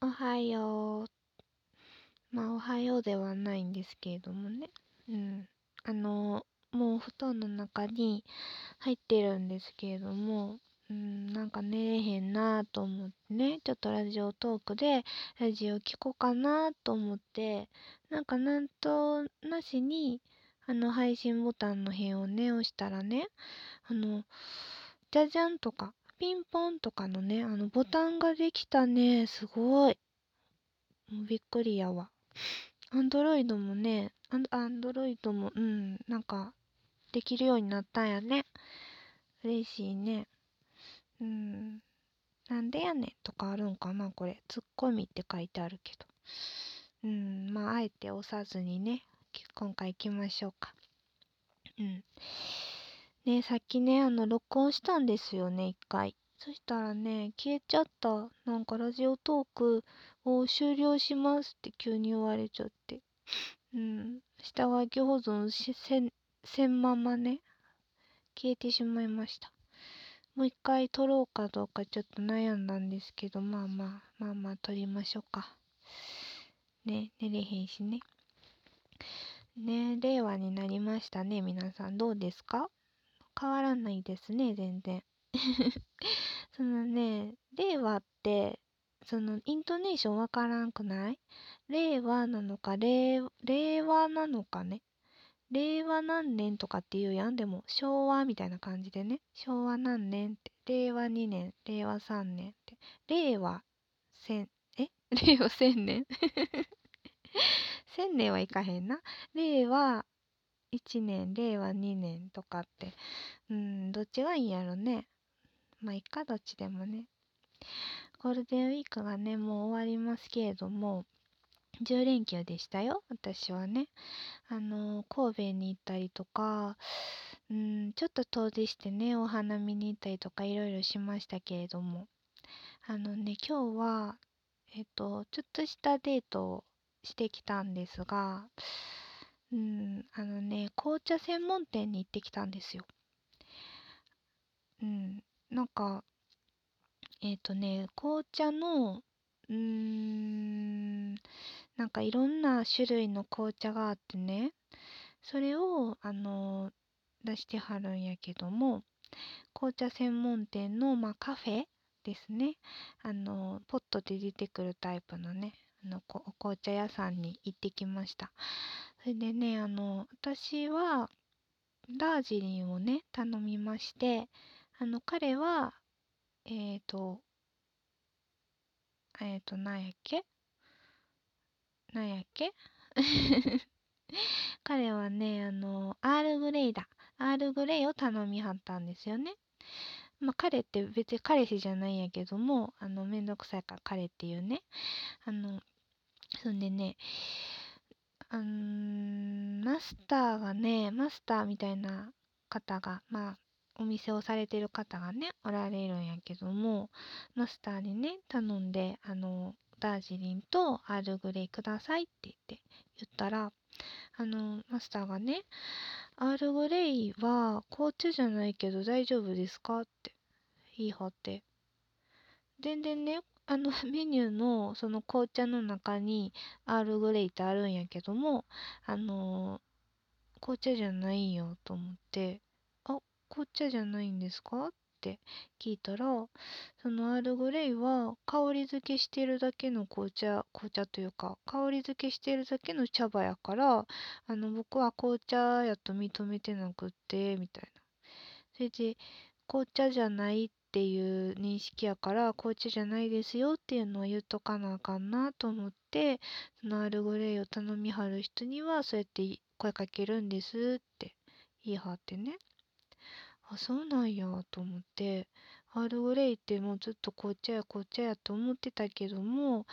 おはよう。おはようではないんですけれどもね。うん。もう布団の中に入ってるんですけれども、なんか寝れへんなと思ってね、ちょっとラジオトークでラジオ聞こうかなと思って、なんとなしに、配信ボタンの辺をね、押したらね、あの、じゃじゃんとか、ピンポンとかのね、ボタンができたね。すごい。もうびっくりやわ。アンドロイドもね、アンドロイドも、できるようになったんやね。嬉しいね。うん。なんでやねんとかあるんかな、これ。ツッコミって書いてあるけど。あえて押さずにね、今回行きましょうか。うん。ね、さっきね、録音したんですよね、一回。そしたらね、消えちゃった。なんかラジオトークを終了しますって急に言われちゃって。下書き保存せんままね、消えてしまいました。もう一回撮ろうかどうかちょっと悩んだんですけど、撮りましょうか。ね、寝れへんしね。ね、令和になりましたね、皆さん。どうですか？変わらないですね、全然。そのね、令和って、そのイントネーションわからんくない？令和なのか、令和なのかね。令和何年とかって言うやん。でも、昭和みたいな感じでね。昭和何年って。令和2年、令和3年って。令和千、令和1000年1000年はいかへんな。令和1年、令和2年とかって。どっちがいいんやろね。いっか、どっちでもね。ゴールデンウィークがね、もう終わりますけれども、10連休でしたよ、私はね。神戸に行ったりとか、ちょっと遠出してね、お花見に行ったりとかいろいろしましたけれども、今日は、ちょっとしたデートをしてきたんですが、紅茶専門店に行ってきたんですよ。うん、なんか、紅茶の、うーん、いろんな種類の紅茶があってね、それを、出してはるんやけども、紅茶専門店の、カフェですね。ポットで出てくるタイプのね、お紅茶屋さんに行ってきました。それでね、私は、ダージリンをね、頼みまして、彼は、えっと、なんやっけなんやっけ彼はね、アールグレイだ。アールグレイを頼みはったんですよね。彼って別に彼氏じゃないんやけども、めんどくさいから彼っていうね。あの、そんでね、マスターみたいな方が、お店をされてる方がね、おられるんやけども、マスターにね、頼んで、ダージリンとアールグレイくださいって言ったら、マスターがね、アールグレイは紅茶じゃないけど大丈夫ですかって言い張って。全然ね、メニューのその紅茶の中にアールグレイってあるんやけども、あの紅茶じゃないよと思って、あ、紅茶じゃないんですかって聞いたら、そのアールグレイは香り付けしてるだけの紅茶というか、香り付けしてるだけの茶葉やから、僕は紅茶やと認めてなくって、みたいな。それで、紅茶じゃないっていう認識やから、紅茶じゃないですよっていうのを言っとかなあかんなと思って、そのアールグレイを頼みはる人には、そうやって声かけるんですって言い張ってね。あ、そうなんやと思って、アールグレイってもうずっと紅茶やと思ってたけども、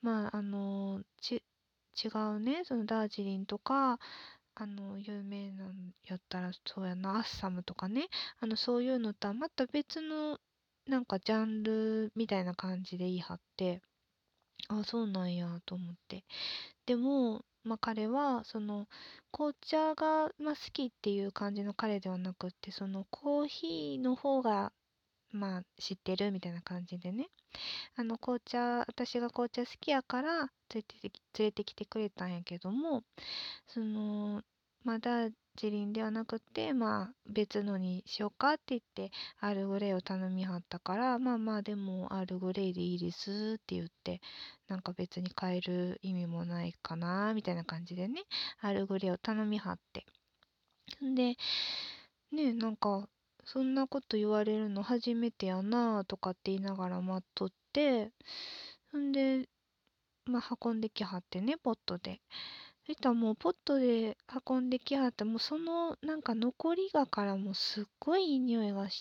違うね、そのダージリンとか、有名なんやったらそうやな、アッサムとかね、そういうのとはまた別の、ジャンルみたいな感じで言い張って、あ、そうなんやと思って。でも、彼は、その、紅茶が、好きっていう感じの彼ではなくって、その、コーヒーの方がまあ知ってるみたいな感じでね、私が紅茶好きやから連れてきてくれたんやけども、その、まあ、ダージリンではなくて、まあ、別のにしようかって言って、アールグレイを頼みはったから、まあまあ、でも、アールグレイでいいですって言って、なんか別に変える意味もないかな、みたいな感じでね、アールグレイを頼みはって。んで、ね、なんか、そんなこと言われるの初めてやなとかって言いながら待っとって、んで、まあ、運んできはってね、ポットで。そしたらもうポットで運んできはって、もうそのなんか残りがからもすっごいいい匂いがして、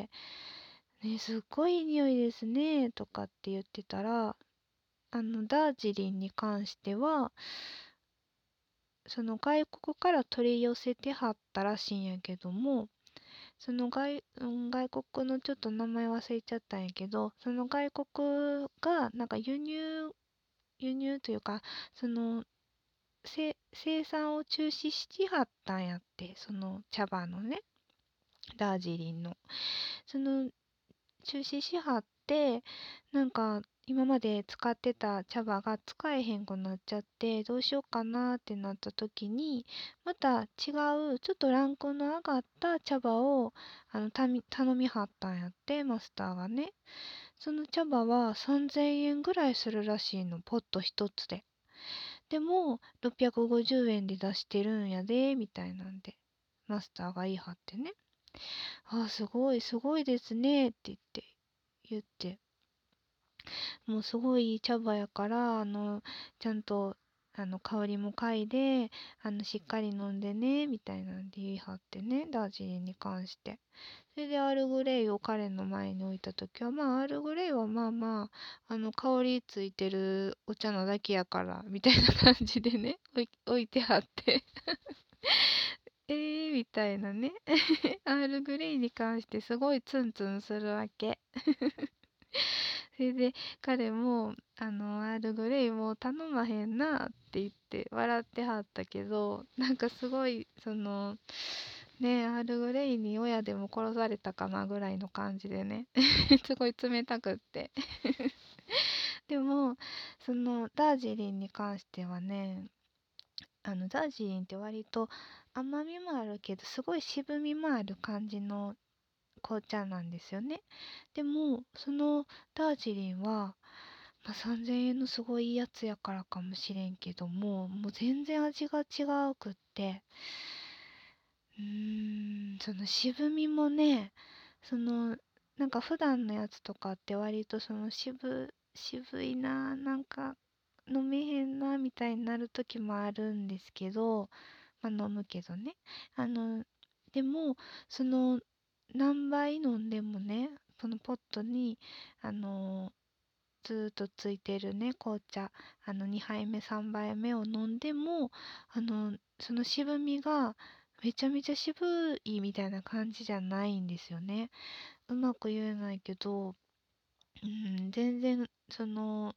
ね、すっごいいい匂いですね、とかって言ってたら、ダージリンに関しては、その外国から取り寄せてはったらしいんやけども、その外国のちょっと名前忘れちゃったんやけど、その外国がなんか輸入というか、その生産を中止しはったんやって、その茶葉のね、ダージリンの。その中止しはって、なんか今まで使ってた茶葉が使えへんくなっちゃって、どうしようかなってなった時に、また違う、ちょっとランクの上がった茶葉を頼みはったんやって、マスターがね。その茶葉は3000円ぐらいするらしいの、ポット一つで。でも、650円で出してるんやで、みたいなんで、マスターが言い張ってね。ああ、すごい、すごいですね、って言って、もうすごいいい茶葉やから、ちゃんと、香りも嗅いで、しっかり飲んでね、みたいなんで言い張ってね、ダージリンに関して。それでアールグレイを彼の前に置いた時は、まあ、アールグレイはまあまあ、香りついてるお茶のだけやから、みたいな感じでね、置いてはってみたいなね。アールグレイに関してすごいツンツンするわけ。それで彼もアールグレイもう頼まへんなって言って笑ってはったけど、なんかすごいね、アールグレイに親でも殺されたかなぐらいの感じでねすごい冷たくってでもそのダージリンに関してはね、ダージリンって割と甘みもあるけどすごい渋みもある感じの紅茶なんですよね。でもそのダージリンは、まあ、3000円のすごいいいやつやからかもしれんけどもう全然味が違うくって、その渋みもね、そのなんか普段のやつとかって割とその渋いな、なんか飲めへんなみたいになる時もあるんですけど、まあ飲むけどね。でもその何杯飲んでもね、そのポットにあのずーっとついてるね紅茶、2杯目3杯目を飲んでもその渋みがめちゃめちゃ渋いみたいな感じじゃないんですよね。うまく言えないけど、全然その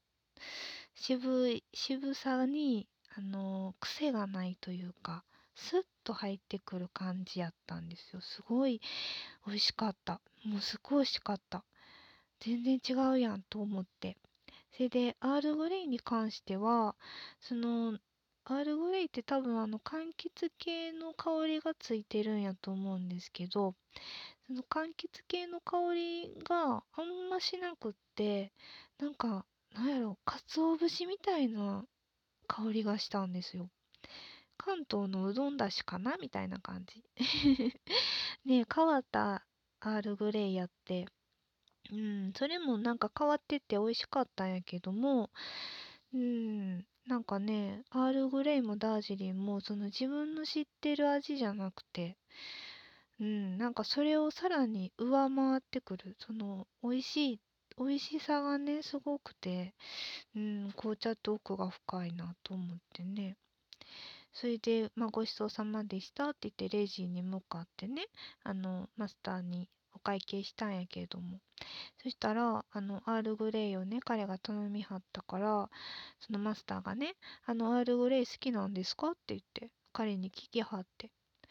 渋さに癖がないというか、スッと入ってくる感じやったんですよ。すごい美味しかった。もうすごい美味しかった。全然違うやんと思って。それでアールグレイに関しては、そのアールグレイって多分柑橘系の香りがついてるんやと思うんですけど、その柑橘系の香りがあんましなくって、なんかなんやろ、鰹節みたいな香りがしたんですよ。関東のうどんだしかなみたいな感じねえ、変わったアールグレイやって、それもなんか変わってて美味しかったんやけども、なんかね、アールグレイもダージリンもその自分の知ってる味じゃなくて、なんかそれをさらに上回ってくる、その美味しさがね、すごくて、紅茶って奥が深いなと思ってね。それで、まあ、ごちそうさまでしたって言ってレジに向かってね、マスターにお会計したんやけれども、そしたら、アールグレイをね、彼が頼みはったから、そのマスターがね、アールグレイ好きなんですかって言って、彼に聞きはって。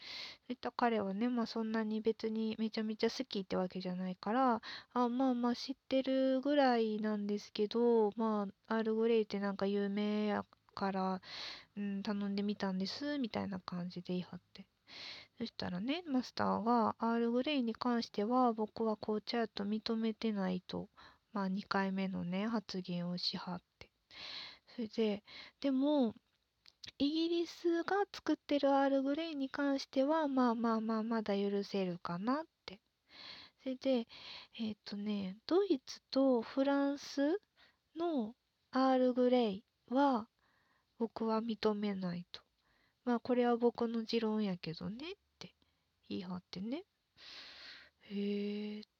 そしたら彼はね、まあそんなに別にめちゃめちゃ好きってわけじゃないから、まあまあ知ってるぐらいなんですけど、まあアールグレイってなんか有名やから、頼んでみたんです、みたいな感じで言い張って。そしたらね、マスターがアールグレイに関しては僕は紅茶やと認めてないと、まあ2回目のね、発言をしはって。それで、でも、イギリスが作ってるアールグレイに関しては、まあまあまあ、まだ許せるかなって。それで、ドイツとフランスのアールグレイは僕は認めないと。まあこれは僕の持論やけどねって言い張ってね。へーって。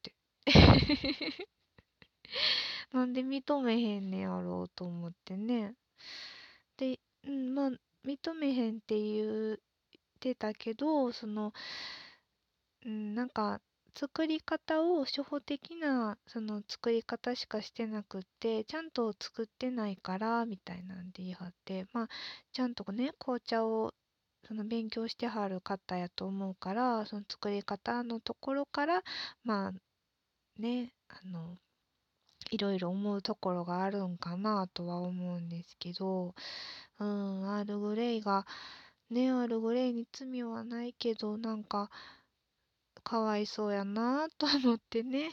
なんで認めへんねやろうと思ってね。で、まあ認めへんって言ってたけど、なんか作り方を初歩的なその作り方しかしてなくってちゃんと作ってないからみたいなんで言い張って、まあちゃんとね紅茶をその勉強してはる方やと思うから、その作り方のところからまあね、いろいろ思うところがあるんかなとは思うんですけど、アールグレイがね、アールグレイに罪はないけどなんかかわいそうやなと思ってね。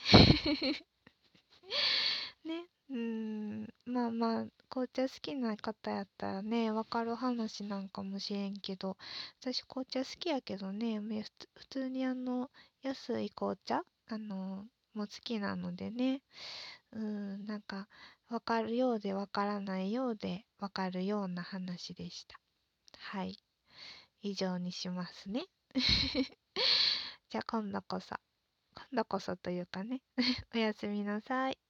ね、まあまあ、紅茶好きな方やったらね、わかる話なんかもしれんけど、私紅茶好きやけどね、普通に安い紅茶も好きなのでね、なんか、わかるようでわからないようでわかるような話でした。はい。以上にしますね。じゃあ今度こそというかね、おやすみなさい。